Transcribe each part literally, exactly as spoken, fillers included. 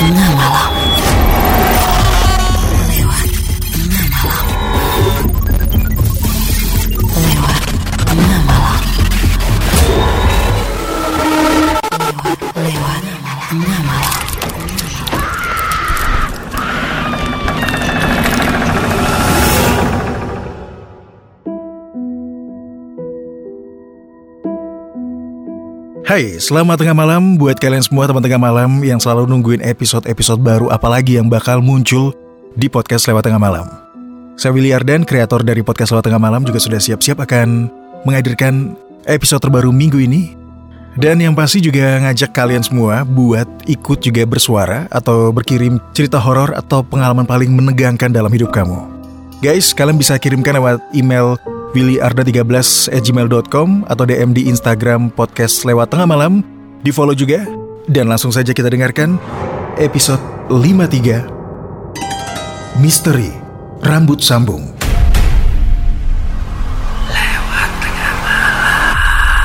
tengah malam. Lewat tengah malam. Lewat tengah malam. Lewat, lewat tengah malam. Hai, selamat tengah malam buat kalian semua teman tengah malam yang selalu nungguin episode-episode baru apalagi yang bakal muncul di podcast Lewat Tengah Malam. Saya Willy Ardan, kreator dari podcast Lewat Tengah Malam, juga sudah siap-siap akan menghadirkan episode terbaru minggu ini. Dan yang pasti juga ngajak kalian semua buat ikut juga bersuara atau berkirim cerita horor atau pengalaman paling menegangkan dalam hidup kamu. Guys, kalian bisa kirimkan lewat email willy arda tiga belas at gmail dot com atau D M di Instagram podcast Lewat Tengah Malam. Di follow juga. Dan langsung saja kita dengarkan episode lima puluh tiga Misteri Rambut Sambung. Lewat Tengah Malam.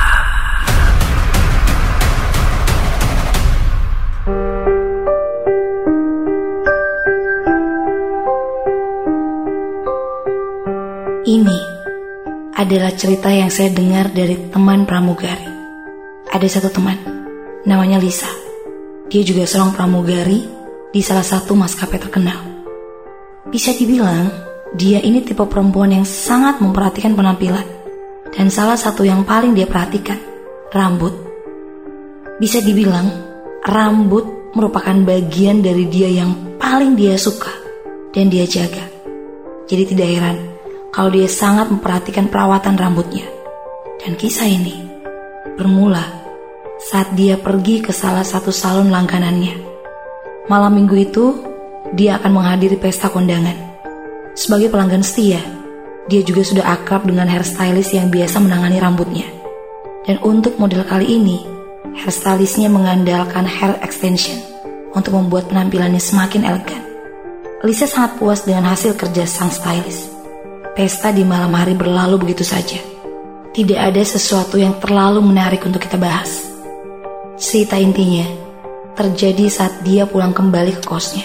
Ini adalah cerita yang saya dengar dari teman pramugari. Ada satu teman, namanya Lisa. Dia juga seorang pramugari di salah satu maskapai terkenal. Bisa dibilang, dia ini tipe perempuan yang sangat memperhatikan penampilan. Dan salah satu yang paling dia perhatikan, rambut. Bisa dibilang, rambut merupakan bagian dari dia yang paling dia suka dan dia jaga. Jadi tidak heran kalau dia sangat memperhatikan perawatan rambutnya. Dan kisah ini bermula saat dia pergi ke salah satu salon langganannya. Malam minggu itu, dia akan menghadiri pesta kondangan. Sebagai pelanggan setia, dia juga sudah akrab dengan hairstylist yang biasa menangani rambutnya. Dan untuk model kali ini, hairstylistnya mengandalkan hair extension untuk membuat penampilannya semakin elegan. Lisa sangat puas dengan hasil kerja sang stylist. Pesta di malam hari berlalu begitu saja. Tidak ada sesuatu yang terlalu menarik untuk kita bahas. Cerita intinya terjadi saat dia pulang kembali ke kosnya.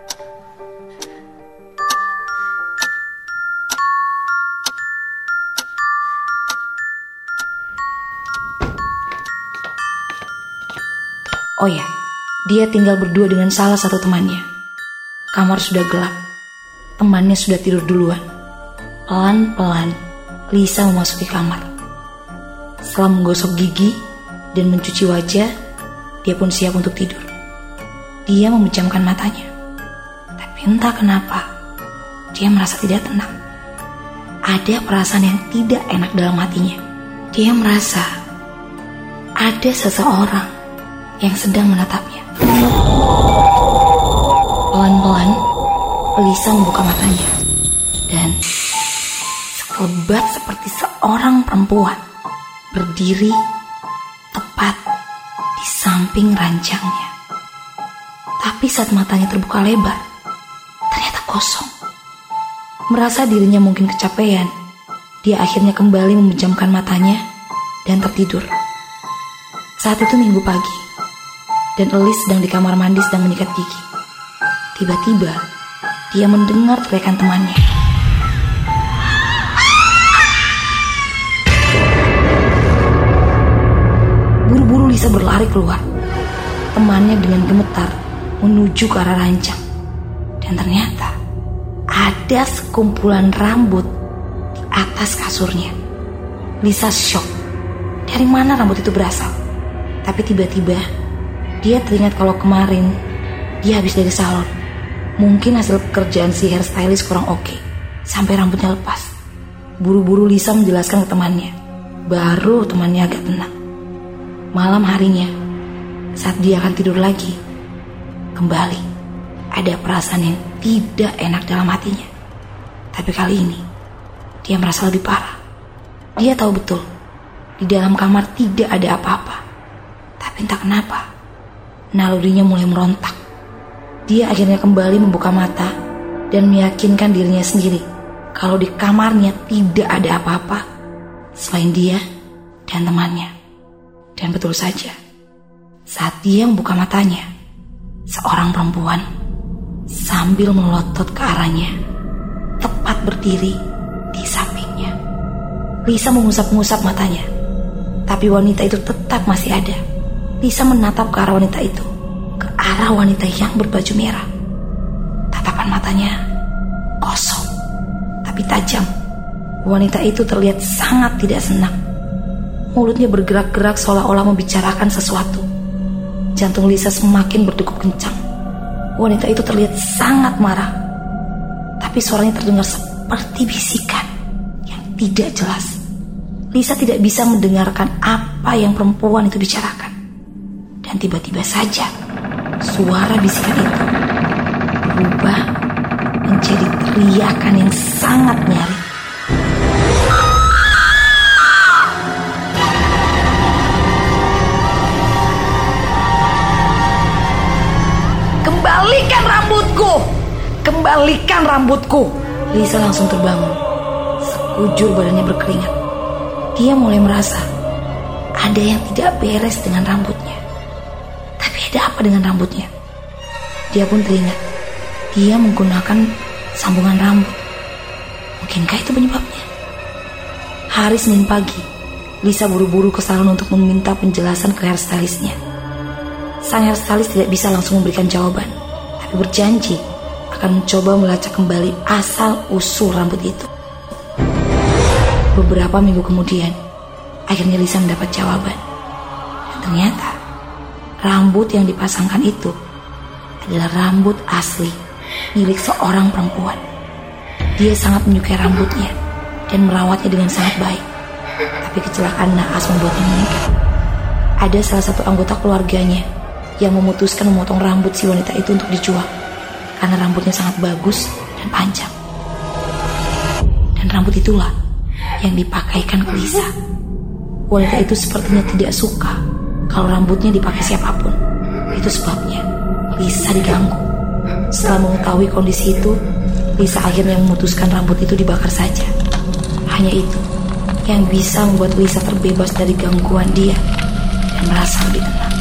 Oh ya, dia tinggal berdua dengan salah satu temannya. Kamar sudah gelap. Temannya sudah tidur duluan. Pelan-pelan, Lisa memasuki kamar. Setelah menggosok gigi dan mencuci wajah, dia pun siap untuk tidur. Dia memejamkan matanya. Tapi entah kenapa, dia merasa tidak tenang. Ada perasaan yang tidak enak dalam hatinya. Dia merasa ada seseorang yang sedang menatapnya. Pelan-pelan, Lisa membuka matanya. Dan lebat seperti seorang perempuan berdiri tepat di samping ranjangnya. Tapi saat matanya terbuka lebar, ternyata kosong. Merasa dirinya mungkin kecapean, dia akhirnya kembali memejamkan matanya dan tertidur. Saat itu minggu pagi, dan Elis sedang di kamar mandi sedang menyikat gigi. Tiba-tiba, dia mendengar teriakan temannya. Buru-buru Lisa berlari keluar. Temannya dengan gemetar menuju ke arah ranjang. Dan ternyata ada sekumpulan rambut di atas kasurnya. Lisa shock. Dari mana rambut itu berasal? Tapi tiba-tiba dia teringat kalau kemarin dia habis dari salon. Mungkin hasil pekerjaan si hairstylist kurang oke, sampai rambutnya lepas. Buru-buru Lisa menjelaskan ke temannya. Baru temannya agak tenang. Malam harinya, saat dia akan tidur lagi, kembali ada perasaan yang tidak enak dalam hatinya. Tapi kali ini, dia merasa lebih parah. Dia tahu betul, di dalam kamar tidak ada apa-apa. Tapi entah kenapa, nalurinya mulai merontak. Dia akhirnya kembali membuka mata dan meyakinkan dirinya sendiri kalau di kamarnya tidak ada apa-apa selain dia dan temannya. Dan betul saja, saat dia membuka matanya, seorang perempuan sambil melotot ke arahnya, tepat berdiri di sampingnya. Lisa mengusap-ngusap matanya, tapi wanita itu tetap masih ada. Lisa menatap ke arah wanita itu, ke arah wanita yang berbaju merah. Tatapan matanya kosong, tapi tajam. Wanita itu terlihat sangat tidak senang. Mulutnya bergerak-gerak seolah-olah membicarakan sesuatu. Jantung Lisa semakin berdegup kencang. Wanita itu terlihat sangat marah, tapi suaranya terdengar seperti bisikan yang tidak jelas. Lisa tidak bisa mendengarkan apa yang perempuan itu bicarakan. Dan tiba-tiba saja suara bisikan itu berubah menjadi teriakan yang sangat nyaring. Kembalikan rambutku! Kembalikan rambutku! Lisa langsung terbangun. Sekujur badannya berkeringat. Dia mulai merasa ada yang tidak beres dengan rambutnya. Tapi ada apa dengan rambutnya? Dia pun teringat dia menggunakan sambungan rambut. Mungkinkah itu penyebabnya? Hari Senin pagi, Lisa buru-buru ke salon untuk meminta penjelasan ke hairstylistnya. Sang hairstylist tidak bisa langsung memberikan jawaban, tapi berjanji akan mencoba melacak kembali asal-usul rambut itu. Beberapa minggu kemudian, akhirnya Lisa mendapat jawaban. Dan ternyata, rambut yang dipasangkan itu adalah rambut asli milik seorang perempuan. Dia sangat menyukai rambutnya dan merawatnya dengan sangat baik. Tapi kecelakaan naas membuatnya meninggal. Ada salah satu anggota keluarganya yang memutuskan memotong rambut si wanita itu untuk dijual karena rambutnya sangat bagus dan panjang. Dan rambut itulah yang dipakaikan ke Lisa. Wanita itu sepertinya tidak suka kalau rambutnya dipakai siapapun. Itu sebabnya Lisa diganggu. Setelah mengetahui kondisi itu, Lisa akhirnya memutuskan rambut itu dibakar saja. Hanya itu yang bisa membuat Lisa terbebas dari gangguan dia dan merasa lebih tenang.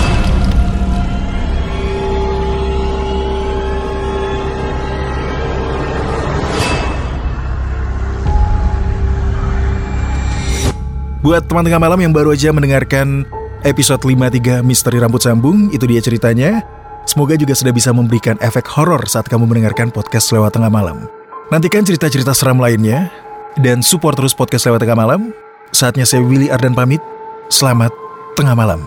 Buat teman tengah malam yang baru aja mendengarkan episode lima puluh tiga Misteri Rambut Sambung, itu dia ceritanya. Semoga juga sudah bisa memberikan efek horor saat kamu mendengarkan podcast Lewat Tengah Malam. Nantikan cerita-cerita seram lainnya dan support terus podcast Lewat Tengah Malam. Saatnya saya Willy Ardan pamit. Selamat tengah malam.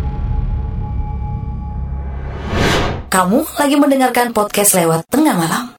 Kamu lagi mendengarkan podcast Lewat Tengah Malam.